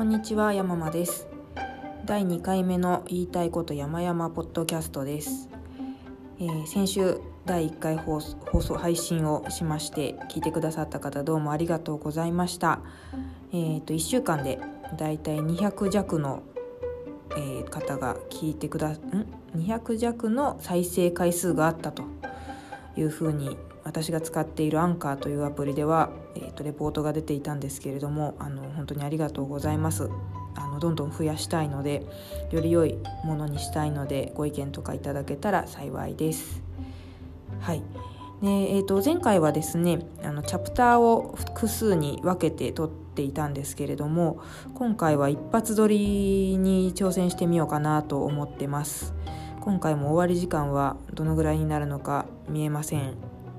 こんにちは、山間です。第2回目の言いたいこと山々ポッドキャストです。先週第1回放送配信をしまして、聞いてくださった方どうもありがとうございました。1週間でだいたい200弱の、方が聞いて200弱の再生回数があったというふうに、私が使っているアンカーというアプリでは、レポートが出ていたんですけれども、本当にありがとうございます。どんどん増やしたいので、より良いものにしたいので、ご意見とかいただけたら幸いです。はい。で前回はですね、チャプターを複数に分けて撮っていたんですけれども、今回は一発撮りに挑戦してみようかなと思ってます。今回も終わり時間はどのぐらいになるのか見えません。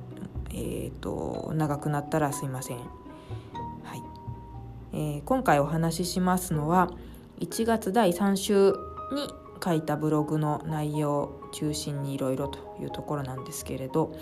長くなったらすいません。はい。今回お話ししますのは1月第3週に書いたブログの内容を中心にいろいろというところなんですけれど、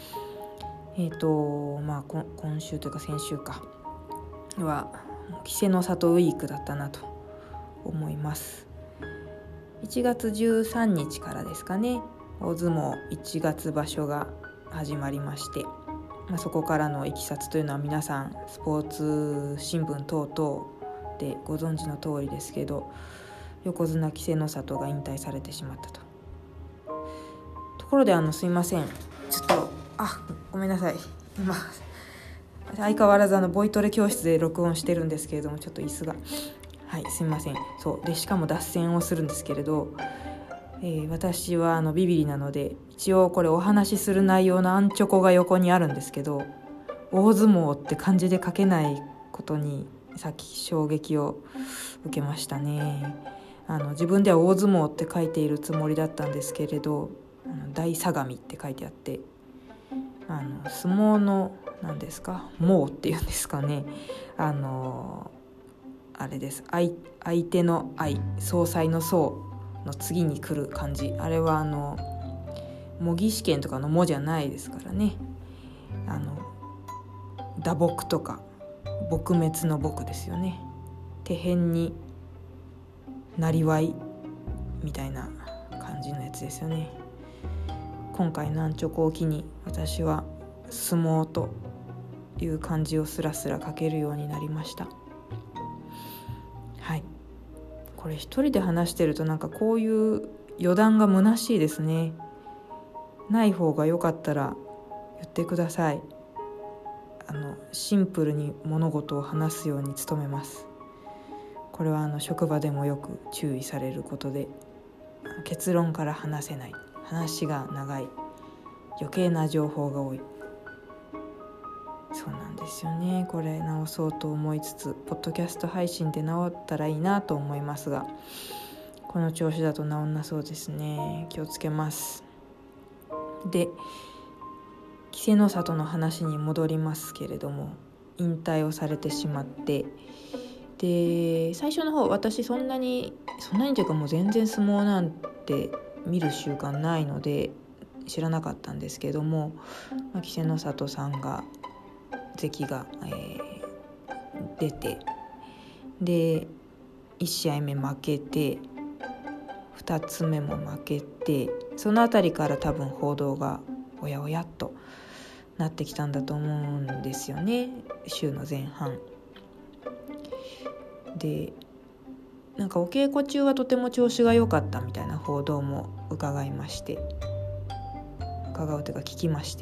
今週というか先週は稀勢の里ウィークだったなと思います。1月13日からですかね、大相撲1月場所が始まりまして、そこからのいきさつというのは皆さんスポーツ新聞等々でご存知の通りですけど、横綱稀勢の里が引退されてしまったところで、すいません、ちょっとごめんなさい、今相変わらずボイトレ教室で録音してるんですけれども、ちょっと椅子がすいません。そうで、しかも脱線をするんですけれど、私はビビリなので、一応これお話しする内容のアンチョコが横にあるんですけど、大相撲って漢字で書けないことにさっき衝撃を受けましたね。自分では大相撲って書いているつもりだったんですけれど、大相模って書いてあって、相撲の何ですか、網っていうんですかね、あれです、相手の相、総裁の総の次に来る漢字、あれは模擬試験とかの模じゃないですからね。打撲とか撲滅の撲ですよね。手辺になりわいみたいな感じのやつですよね。今回のアンチョコを機に、私は相撲という漢字をスラスラ書けるようになりました。はい。これ一人で話してるとこういう余談が虚しいですね。ない方がよかったら言ってください。シンプルに物事を話すように努めます。これは職場でもよく注意されることで、結論から話せない、話が長い、余計な情報が多い、そうなんですよね。これ直そうと思いつつ、ポッドキャスト配信で直ったらいいなと思いますが、この調子だと直んなそうですね。気をつけます。で、稀勢の里の話に戻りますけれども、引退をされてしまって、で最初の方、私そんなにというか、もう全然相撲なんて見る習慣ないので知らなかったんですけども、稀勢の里さんが関が、出て、で1試合目負けて、2つ目も負けて、そのあたりから多分報道がおやおやっとなってきたんだと思うんですよね。週の前半でお稽古中はとても調子が良かったみたいな報道も伺うというか聞きまして、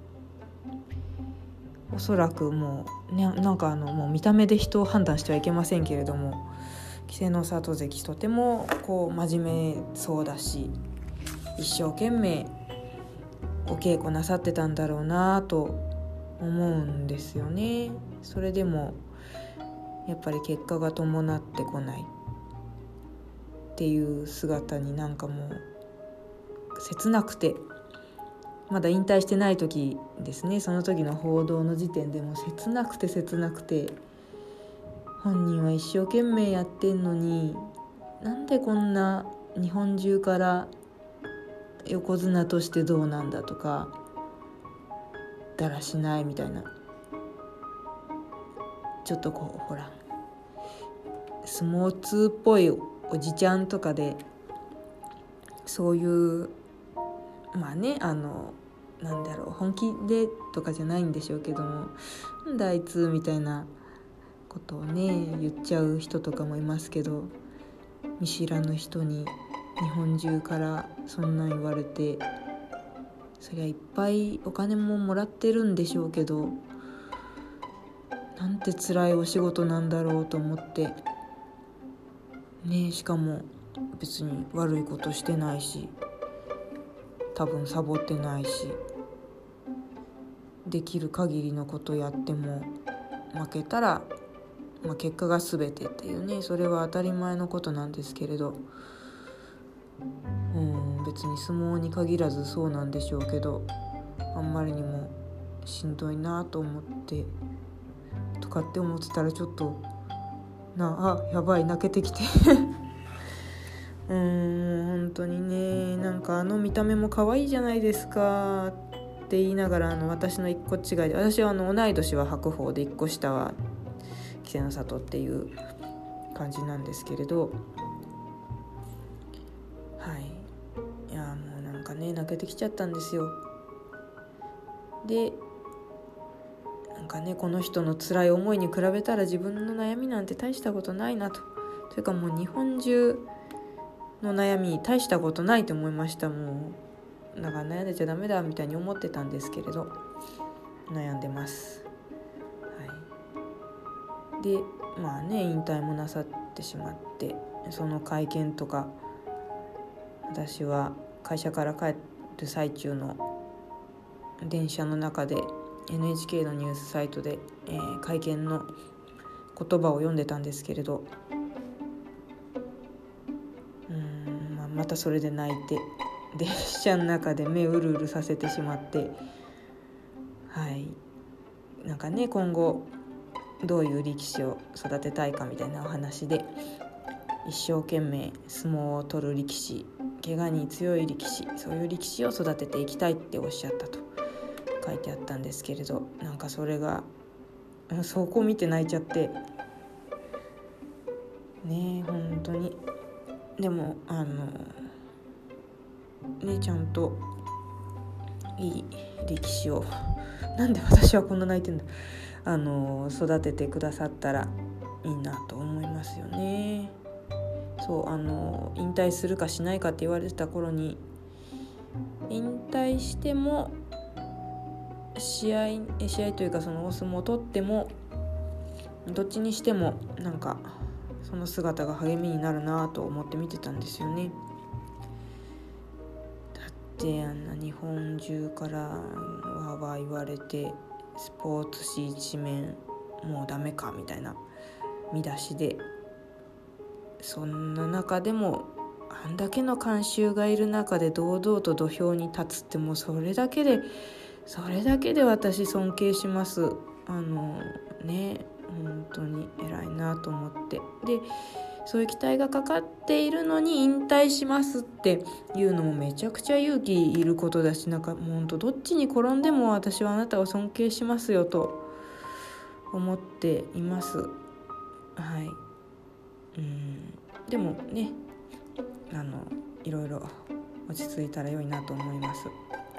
おそらくもう、もう見た目で人を判断してはいけませんけれども、稀勢の里関とても真面目そうだし、一生懸命お稽古なさってたんだろうなと思うんですよね。それでもやっぱり結果が伴ってこないっていう姿にもう切なくて、まだ引退してない時ですね、その時の報道の時点でも切なくて、本人は一生懸命やってんのに、なんでこんな日本中から横綱としてどうなんだとか、だらしないみたいな、ちょっと相撲通っぽいおじちゃんとかで、そういうまあねなんだろう、本気でとかじゃないんでしょうけども、なんだあいつみたいなことをね言っちゃう人とかもいますけど、見知らぬ人に日本中からそんなん言われて、そりゃいっぱいお金ももらってるんでしょうけど、なんて辛いお仕事なんだろうと思ってね。しかも別に悪いことしてないし、多分サボってないし、できる限りのことやっても負けたら、結果が全てっていうね、それは当たり前のことなんですけれど、別に相撲に限らずそうなんでしょうけど、あんまりにもしんどいなと思ってとかって思ってたら、ちょっとやばい、泣けてきて本当にね、なんか見た目も可愛いじゃないですかって言いながら、私の一個違いで、私は同い年は白鵬で一個下は稀勢の里っていう感じなんですけれど、いやもうなんかね泣けてきちゃったんですよ。でなんかね、この人の辛い思いに比べたら自分の悩みなんて大したことないなというか、もう日本中の悩み大したことないと思いました。もうだから悩んでちゃダメだみたいに思ってたんですけれど、悩んでます。で引退もなさってしまって、その会見とか、私は会社から帰る最中の電車の中で NHK のニュースサイトで、会見の言葉を読んでたんですけれど、またそれで泣いて、電車の中で目うるうるさせてしまって、なんかね、今後どういう力士を育てたいかみたいなお話で、一生懸命相撲を取る力士、怪我に強い力士、そういう力士を育てていきたいっておっしゃったと書いてあったんですけれど、なんかそれがそこ見て泣いちゃってね、本当に。でもちゃんといい力士を、なんで私はこんな泣いてんだ、育ててくださったらいいなと思いますよね。そう引退するかしないかって言われてた頃に、引退しても試合というか、そのお相撲を取ってもどっちにしてもなんかその姿が励みになるなと思って見てたんですよね。だって日本中からわーわー言われて、スポーツ紙一面もうダメかみたいな見出しで、そんな中でもあんだけの観衆がいる中で堂々と土俵に立つって、もうそれだけで私尊敬します。本当に偉いなと思って、でそういう期待がかかっているのに引退しますっていうのもめちゃくちゃ勇気いることだし、なんかもう本当どっちに転んでも私はあなたを尊敬しますよと思っています。でもね、いろいろ落ち着いたら良いなと思います。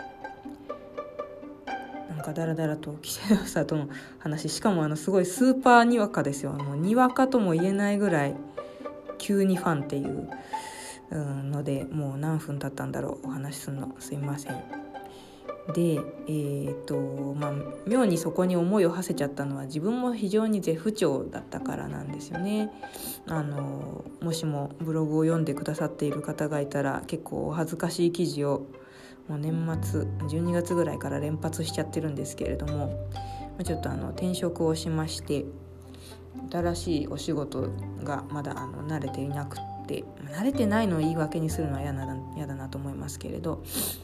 なんかだらだらと稀勢の里の話、しかもすごいスーパーにわかですよ。にわかとも言えないぐらい急にファンっていうので、もう何分経ったんだろうお話しするの、すいません。で妙にそこに思いを馳せちゃったのは、自分も非常に絶不調だったからなんですよね。もしもブログを読んでくださっている方がいたら、結構お恥ずかしい記事をもう年末12月ぐらいから連発しちゃってるんですけれども、ちょっと転職をしまして、新しいお仕事がまだ慣れていなくって、慣れてないのを言い訳にするのは嫌だなと思いますけれど、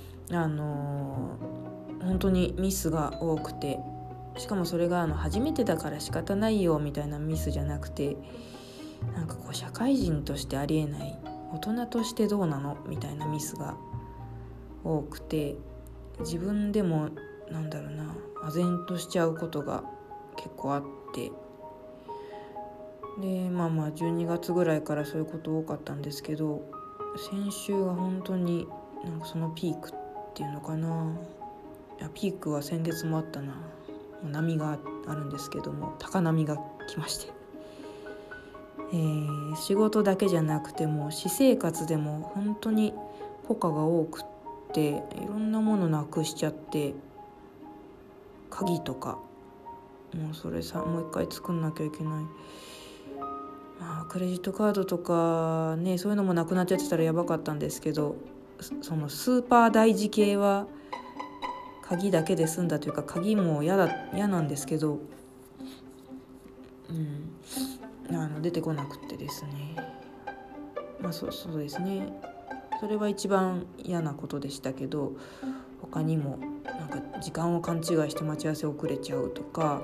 本当にミスが多くて、しかもそれが初めてだから仕方ないよみたいなミスじゃなくて、なんか社会人としてありえない、大人としてどうなのみたいなミスが多くて、自分でも唖然としちゃうことが結構あって、 で12月ぐらいからそういうこと多かったんですけど、先週は本当になんかそのピークっていうのかな、いやピークは先月もあったな、波があるんですけども、高波が来まして、仕事だけじゃなくても私生活でも本当にポカが多くって、いろんなものなくしちゃって、鍵とかもうそれさ、もう一回作んなきゃいけない。クレジットカードとかね、そういうのもなくなっちゃってたらやばかったんですけど、そのスーパー大事系は鍵だけで済んだというか、鍵も嫌なんですけど、出てこなくてですね、そうですね、それは一番嫌なことでしたけど、他にもなんか時間を勘違いして待ち合わせ遅れちゃうとか、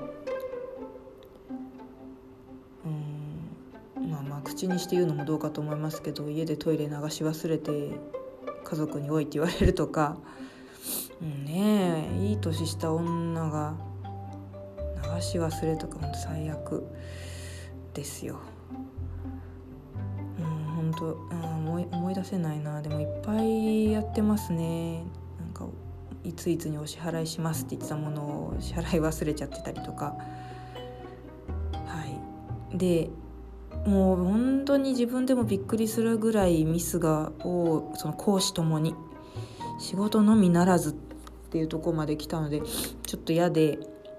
口にして言うのもどうかと思いますけど、家でトイレ流し忘れて家族に「おい」って言われるとか、いい年した女が流し忘れとか本当最悪ですよ。本当、思い出せないな。でもいっぱいやってますね。なんかいついつにお支払いしますって言ってたものを支払い忘れちゃってたりとか、でもう本当に自分でもびっくりするぐらいミスがその講師ともに仕事のみならずっていうところまで来たので、ちょっと嫌で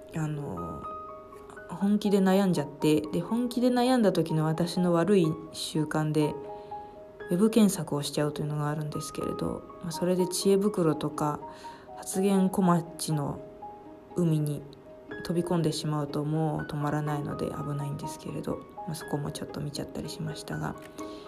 本気で悩んじゃって、で本気で悩んだ時の私の悪い習慣でウェブ検索をしちゃうというのがあるんですけれど、それで知恵袋とか発言小町の海に飛び込んでしまうともう止まらないので危ないんですけれど、そこもちょっと見ちゃったりしましたが、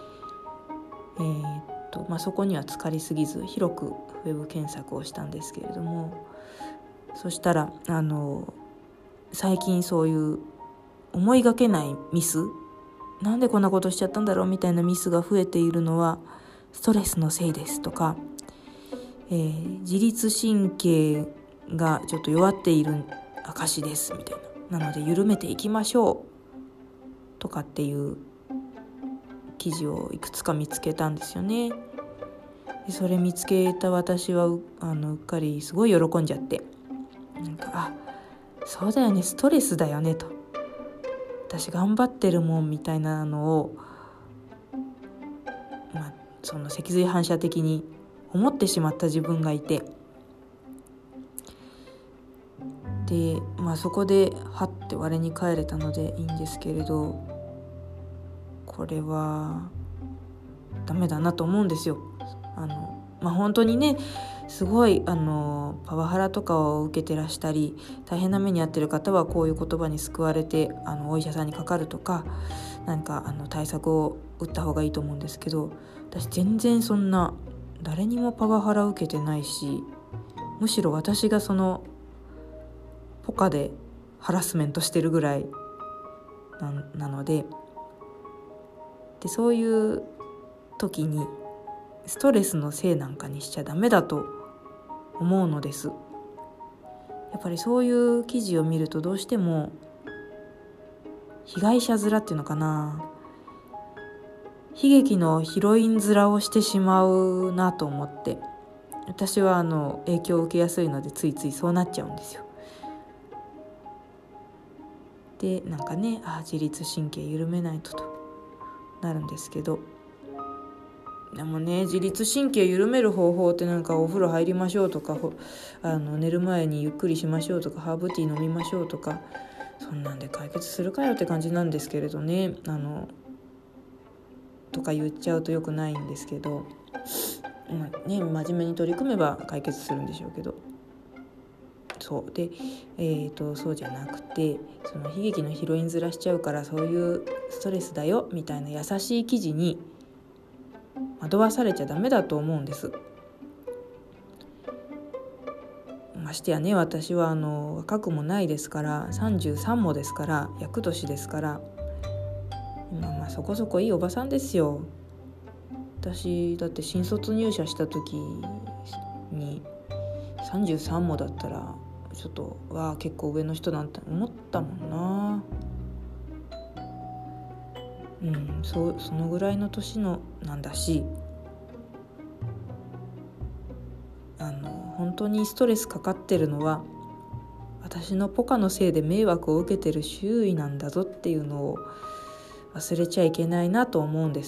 そこには浸かりすぎず広くウェブ検索をしたんですけれども、そしたら最近そういう思いがけないミス、なんでこんなことしちゃったんだろうみたいなミスが増えているのはストレスのせいですとか、自律神経がちょっと弱っている証ですみたいなので緩めていきましょうとかっていう記事をいくつか見つけたんですよね。でそれ見つけた私はうっかりすごい喜んじゃって、なんかそうだよね、ストレスだよねと、私頑張ってるもんみたいなのを、その脊髄反射的に思ってしまった自分がいて、でそこではって我に返れたのでいいんですけれど、これはダメだなと思うんですよ。本当にね、すごいパワハラとかを受けてらしたり大変な目に遭ってる方はこういう言葉に救われてお医者さんにかかるとか、なんか対策を打った方がいいと思うんですけど、私全然そんな誰にもパワハラ受けてないし、むしろ私がそのポカでハラスメントしてるぐらいなので、そういう時にストレスのせいなんかにしちゃダメだと思うのです。やっぱりそういう記事を見るとどうしても被害者面っていうのかな、悲劇のヒロイン面をしてしまうなと思って、私は影響を受けやすいのでついついそうなっちゃうんですよ。でなんかね、自律神経緩めないとなるんですけど、でもね、自律神経緩める方法ってなんかお風呂入りましょうとか寝る前にゆっくりしましょうとかハーブティー飲みましょうとか、そんなんで解決するかよって感じなんですけれどね、とか言っちゃうとよくないんですけど、真面目に取り組めば解決するんでしょうけど、そうで、そうじゃなくて、その悲劇のヒロイン面しちゃうからそういうストレスだよみたいな優しい記事に惑わされちゃダメだと思うんです。ましてやね、私は若くもないですから、33もですから、厄年ですから、今そこそこいいおばさんですよ。私だって新卒入社した時に33もだったらちょっと結構上の人なんて思ったもんな。 そのぐらいの年のなんだし、本当にストレスかかってるのは私のポカのせいで迷惑を受けてる周囲なんだぞっていうのを忘れちゃいけないなと思うんです。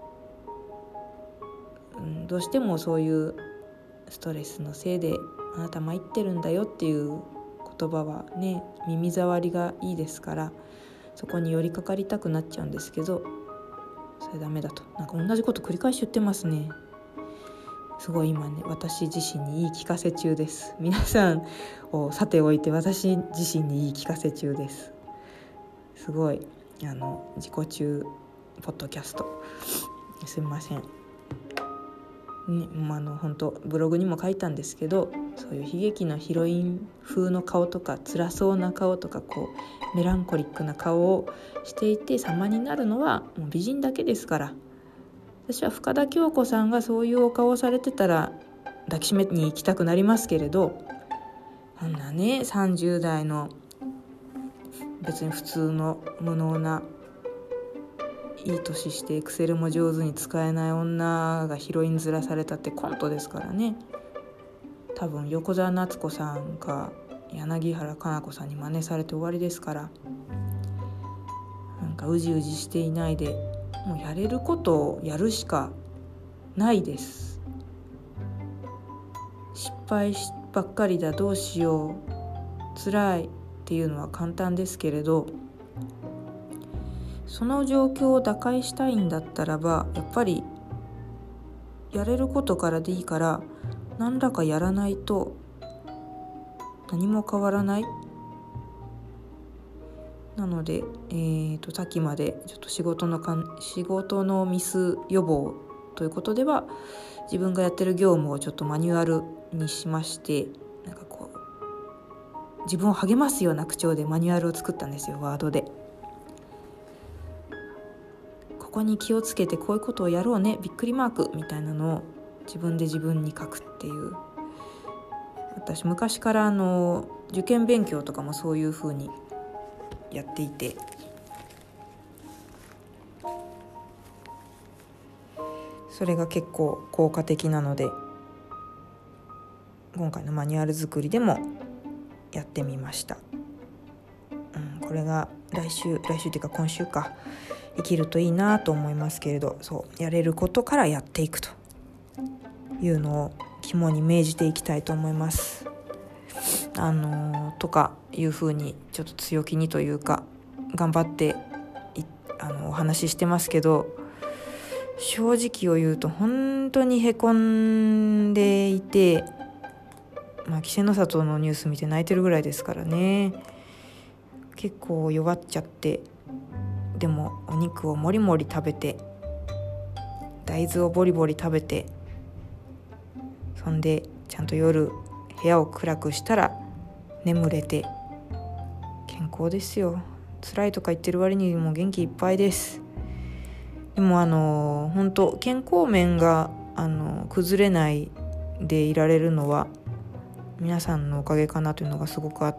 どうしてもそういうストレスのせいであなた参ってるんだよっていう言葉はね、耳障りがいいですから、そこに寄りかかりたくなっちゃうんですけど、それダメだと。なんか同じこと繰り返し言ってますね。すごい今ね、私自身に言い聞かせ中です。皆さんをさておいて私自身に言い聞かせ中です。すごい自己中ポッドキャスト、すみませんね。本当ブログにも書いたんですけど、そういう悲劇のヒロイン風の顔とか辛そうな顔とかメランコリックな顔をしていて様になるのはもう美人だけですから。私は深田恭子さんがそういうお顔をされてたら抱きしめに行きたくなりますけれど、あんなね30代の別に普通の無能ないい年してエクセルも上手に使えない女がヒロイン面されたってコントですからね。多分横澤夏子さんか柳原加奈子さんに真似されて終わりですから、なんかうじうじしていないでもうやれることをやるしかないです。失敗ばっかりだ、どうしよう、辛いっていうのは簡単ですけれど、その状況を打開したいんだったらばやっぱりやれることからでいいから何らかやらないと何も変わらない。なので、さっきまでちょっと仕事のミス予防ということでは自分がやってる業務をちょっとマニュアルにしまして、なんか自分を励ますような口調でマニュアルを作ったんですよ、ワードで。ここに気をつけてこういうことをやろうね、びっくりマークみたいなのを自分で自分に書くっていう。私昔から受験勉強とかもそういう風にやっていて、それが結構効果的なので今回のマニュアル作りでもやってみました。これが来週っていうか今週か生きるといいなと思いますけれど、そうやれることからやっていくというのを肝に銘じていきたいと思います。とかいうふうにちょっと強気にというか頑張ってお話ししてますけど、正直を言うと本当にへこんでいて、稀勢の里のニュース見て泣いてるぐらいですからね。結構弱っちゃって、でもお肉をもりもり食べて大豆をボリボリ食べて、そんでちゃんと夜部屋を暗くしたら眠れて健康ですよ。辛いとか言ってる割にもう元気いっぱいです。でも本当健康面が崩れないでいられるのは皆さんのおかげかなというのがすごくあって、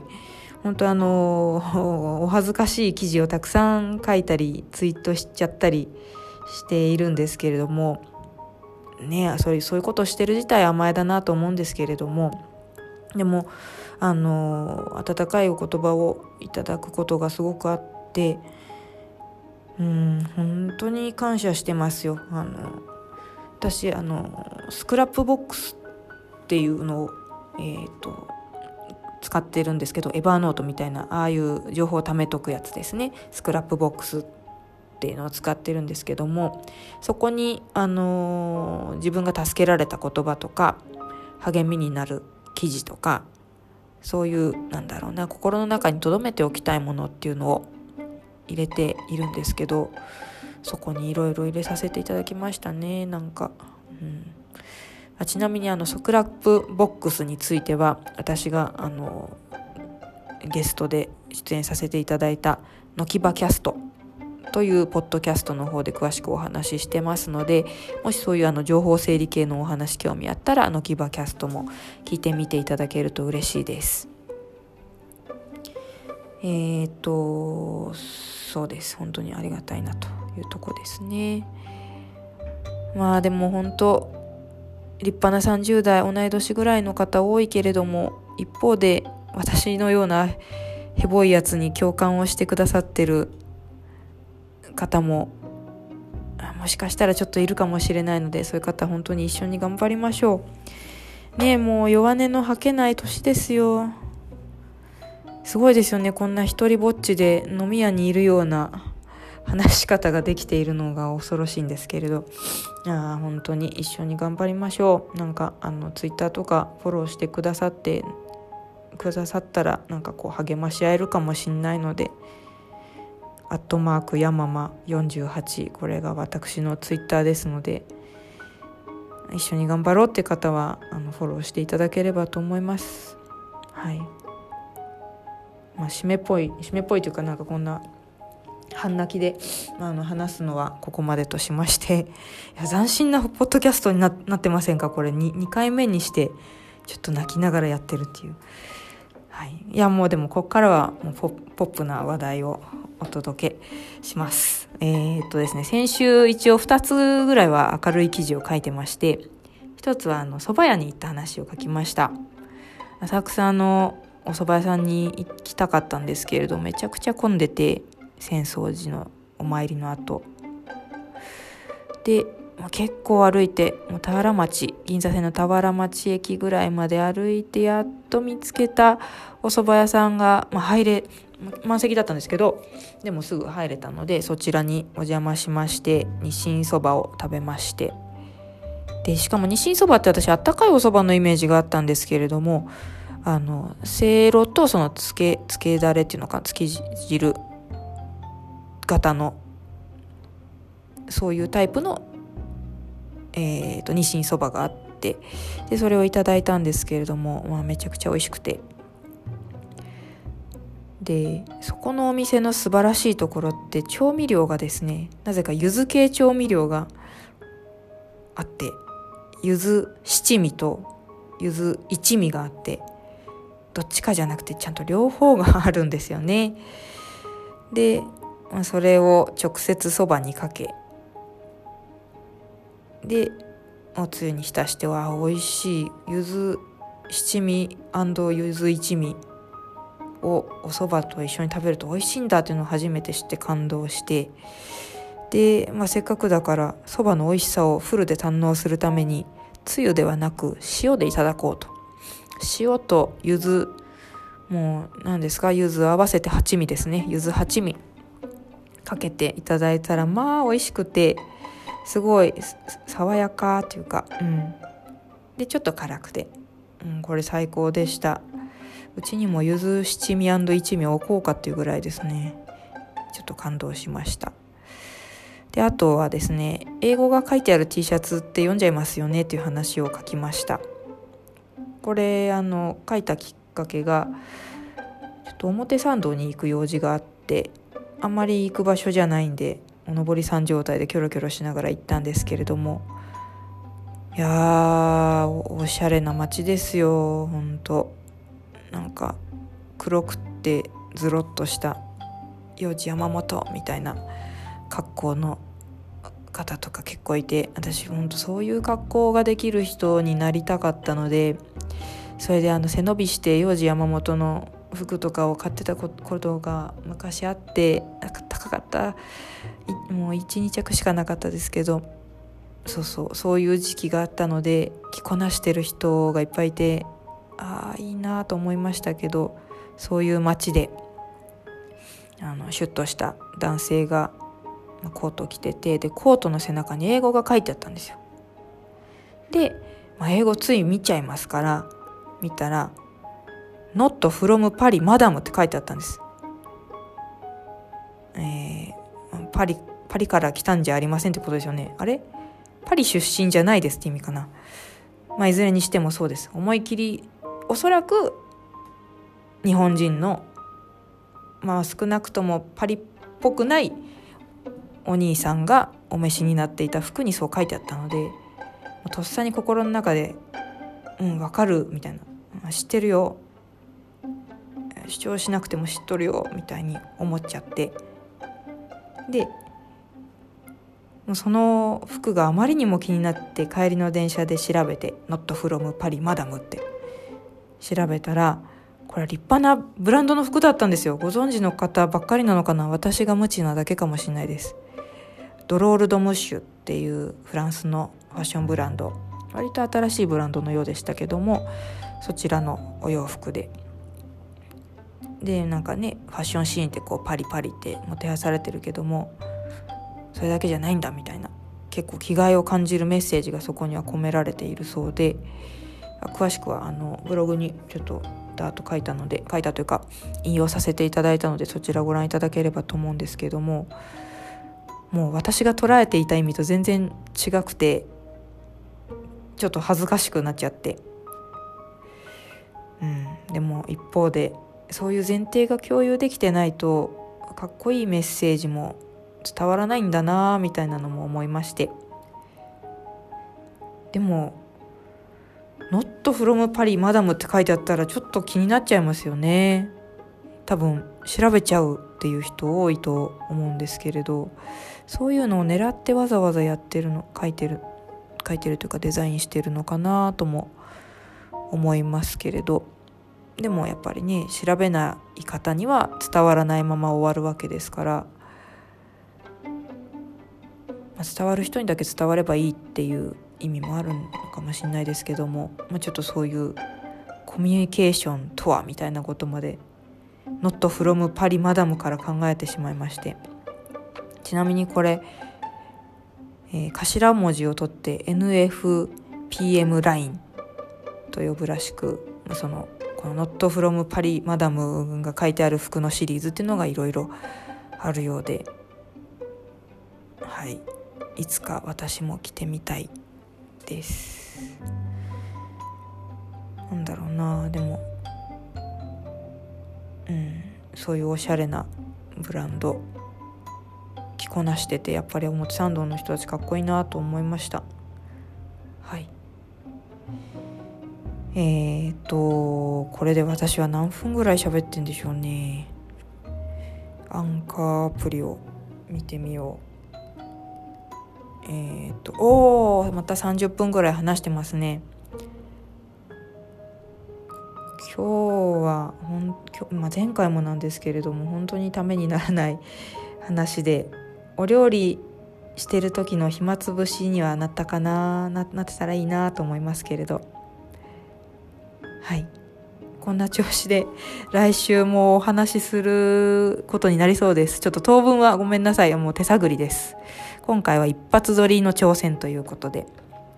本当お恥ずかしい記事をたくさん書いたりツイートしちゃったりしているんですけれどもね、そういうことをしてる自体甘えだなと思うんですけれども、でも温かいお言葉をいただくことがすごくあって、本当に感謝してますよ。私スクラップボックスっていうのを使ってるんですけど、エバーノートみたいなああいう情報を貯めとくやつですね。スクラップボックスっていうのを使ってるんですけども、そこに自分が助けられた言葉とか励みになる記事とか、そういう心の中に留めておきたいものっていうのを入れているんですけど、そこにいろいろ入れさせていただきましたね。ちなみにスクラップボックスについては私がゲストで出演させていただいたのきばキャストというポッドキャストの方で詳しくお話ししてますので、もしそういう情報整理系のお話興味あったらのきばキャストも聞いてみていただけると嬉しいです。 そうです。本当にありがたいなというとこですね。まあでも本当立派な30代同い年ぐらいの方多いけれども、一方で私のようなヘボいやつに共感をしてくださってる方ももしかしたらちょっといるかもしれないので、そういう方本当に一緒に頑張りましょうね。もう弱音の吐けない年ですよ。すごいですよね。こんな一人ぼっちで飲み屋にいるような話し方ができているのが恐ろしいんですけれど、本当に一緒に頑張りましょう。なんかツイッターとかフォローしてくださったらなんかこう励まし合えるかもしれないので、@やまま48、これが私のツイッターですので、一緒に頑張ろうって方はフォローしていただければと思います。はい。締めっぽいというか、なんかこんな半泣きで話すのはここまでとしまして、斬新なポッドキャストに なってませんか。これ 2回目にしてちょっと泣きながらやってるっていう。はい、いやもうでもここからはもうポップな話題をお届けします。ですね、先週一応2つぐらいは明るい記事を書いてまして、一つは蕎麦屋に行った話を書きました。浅草のお蕎麦屋さんに行きたかったんですけれど、めちゃくちゃ混んでて、浅草寺のお参りの後で、結構歩いて、もう銀座線の田原町駅ぐらいまで歩いてやっと見つけたお蕎麦屋さんが、満席だったんですけど、でもすぐ入れたのでそちらにお邪魔しまして、日清そばを食べまして、でしかも日清そばって私あったかいお蕎麦のイメージがあったんですけれども、せいろとそのつけだれっていうのか、つけ汁型のそういうタイプの日清そばがあって、でそれをいただいたんですけれども、めちゃくちゃ美味しくて、でそこのお店の素晴らしいところって調味料がですね、なぜか柚子系調味料があって、柚子七味と柚子一味があって、どっちかじゃなくてちゃんと両方があるんですよね。でそれを直接そばにかけ、でおつゆに浸しては美味しい柚子七味&柚子一味をお蕎麦と一緒に食べると美味しいんだっていうのを初めて知って感動して、で、せっかくだから蕎麦の美味しさをフルで堪能するために、つゆではなく塩でいただこうと。塩と柚子、もう何ですか、柚子合わせて八味ですね、柚子八味かけていただいたら美味しくて、すごい爽やかというか、でちょっと辛くて、これ最高でした。うちにも柚子七味&一味を置こうかっていうぐらいですね、ちょっと感動しました。であとはですね、英語が書いてある T シャツって読んじゃいますよねっていう話を書きました。これ書いたきっかけが、ちょっと表参道に行く用事があって、あんまり行く場所じゃないんで、おのぼりさん状態でキョロキョロしながら行ったんですけれども、いやーおしゃれな街ですよ。ほんとなんか黒くってズロッとした幼児山本みたいな格好の方とか結構いて、私ほんとそういう格好ができる人になりたかったので、それで背伸びして幼児山本の服とかを買ってたことが昔あって、高かった、もう 1,2 着しかなかったですけど、そういう時期があったので、着こなしてる人がいっぱいいて、いいなと思いましたけど、そういう街でシュッとした男性がコートを着てて、でコートの背中に英語が書いてあったんですよ。で、英語つい見ちゃいますから、見たら Not from パリマダムって書いてあったんです。パリから来たんじゃありませんってことですよね。あれパリ出身じゃないですって意味かな。いずれにしてもそうです。思い切りおそらく日本人の少なくともパリっぽくないお兄さんがお召しになっていた服にそう書いてあったので、とっさに心の中でわかるみたいな、知ってるよ、主張しなくても知っとるよみたいに思っちゃって、 でもうその服があまりにも気になって帰りの電車で調べて Not from Paris Madame って調べたら、これは立派なブランドの服だったんですよ。ご存知の方ばっかりなのかな、私が無知なだけかもしれないです。ドロール・ド・ムッシュっていうフランスのファッションブランド、割と新しいブランドのようでしたけども、そちらのお洋服でなんかね、ファッションシーンってこうパリパリってもてはやされてるけども、それだけじゃないんだみたいな、結構気概を感じるメッセージがそこには込められているそうで、詳しくはブログにちょっとダーッと書いたというか引用させていただいたので、そちらご覧いただければと思うんですけども、もう私が捉えていた意味と全然違くて、ちょっと恥ずかしくなっちゃって、でも一方でそういう前提が共有できてないとかっこいいメッセージも伝わらないんだなみたいなのも思いまして、でもNot from Paris Madameって書いてあったらちょっと気になっちゃいますよね。多分調べちゃうっていう人多いと思うんですけれど、そういうのを狙ってわざわざやってるの、書いてるというかデザインしてるのかなとも思いますけれど、でもやっぱりね、調べない方には伝わらないまま終わるわけですから、伝わる人にだけ伝わればいいっていう意味もあるのかもしれないですけども、ちょっとそういうコミュニケーションとはみたいなことまでNot from Paris Madameから考えてしまいまして、ちなみにこれ、頭文字を取って NFPM ラインと呼ぶらしく、このNot from Paris Madameが書いてある服のシリーズっていうのがいろいろあるようで、はい、いつか私も着てみたいです。なんだろうな、でもそういうおしゃれなブランド着こなしてて、やっぱり表参道の人たちかっこいいなと思いました。はい。これで私は何分ぐらい喋ってんでしょうね。アンカーアプリを見てみよう。また30分ぐらい話してますね。今日は前回もなんですけれども、本当にためにならない話で、お料理してる時の暇つぶしにはなってたらいいなと思いますけれど、はい、こんな調子で来週もお話しすることになりそうです。ちょっと当分はごめんなさい、もう手探りです。今回は一発撮りの挑戦ということで、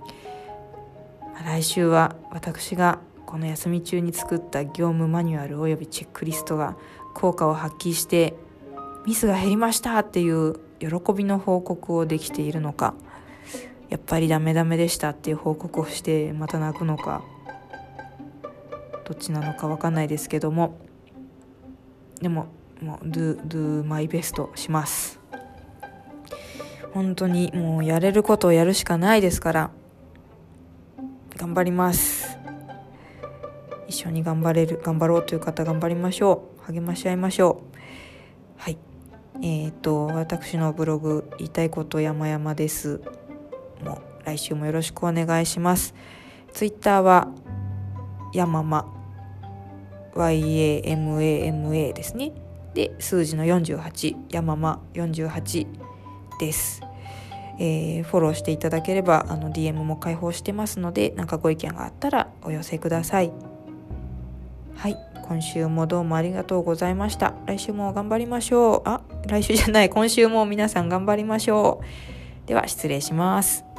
来週は私がこの休み中に作った業務マニュアルおよびチェックリストが効果を発揮してミスが減りましたっていう喜びの報告をできているのか、やっぱりダメでしたっていう報告をしてまた泣くのか、どっちなのか分かんないですけども、でもdo my best します。本当にもうやれることをやるしかないですから、頑張ります。一緒に頑張ろうという方頑張りましょう。励まし合いましょう。はい。私のブログ言いたいこと山々です。もう来週もよろしくお願いします。ツイッターはやまま YAMAMA ですね。で数字の48、やまま48です。フォローしていただければDM も開放してますので、なんかご意見があったらお寄せください。はい、今週もどうもありがとうございました。来週も頑張りましょう。今週も皆さん頑張りましょう。では失礼します。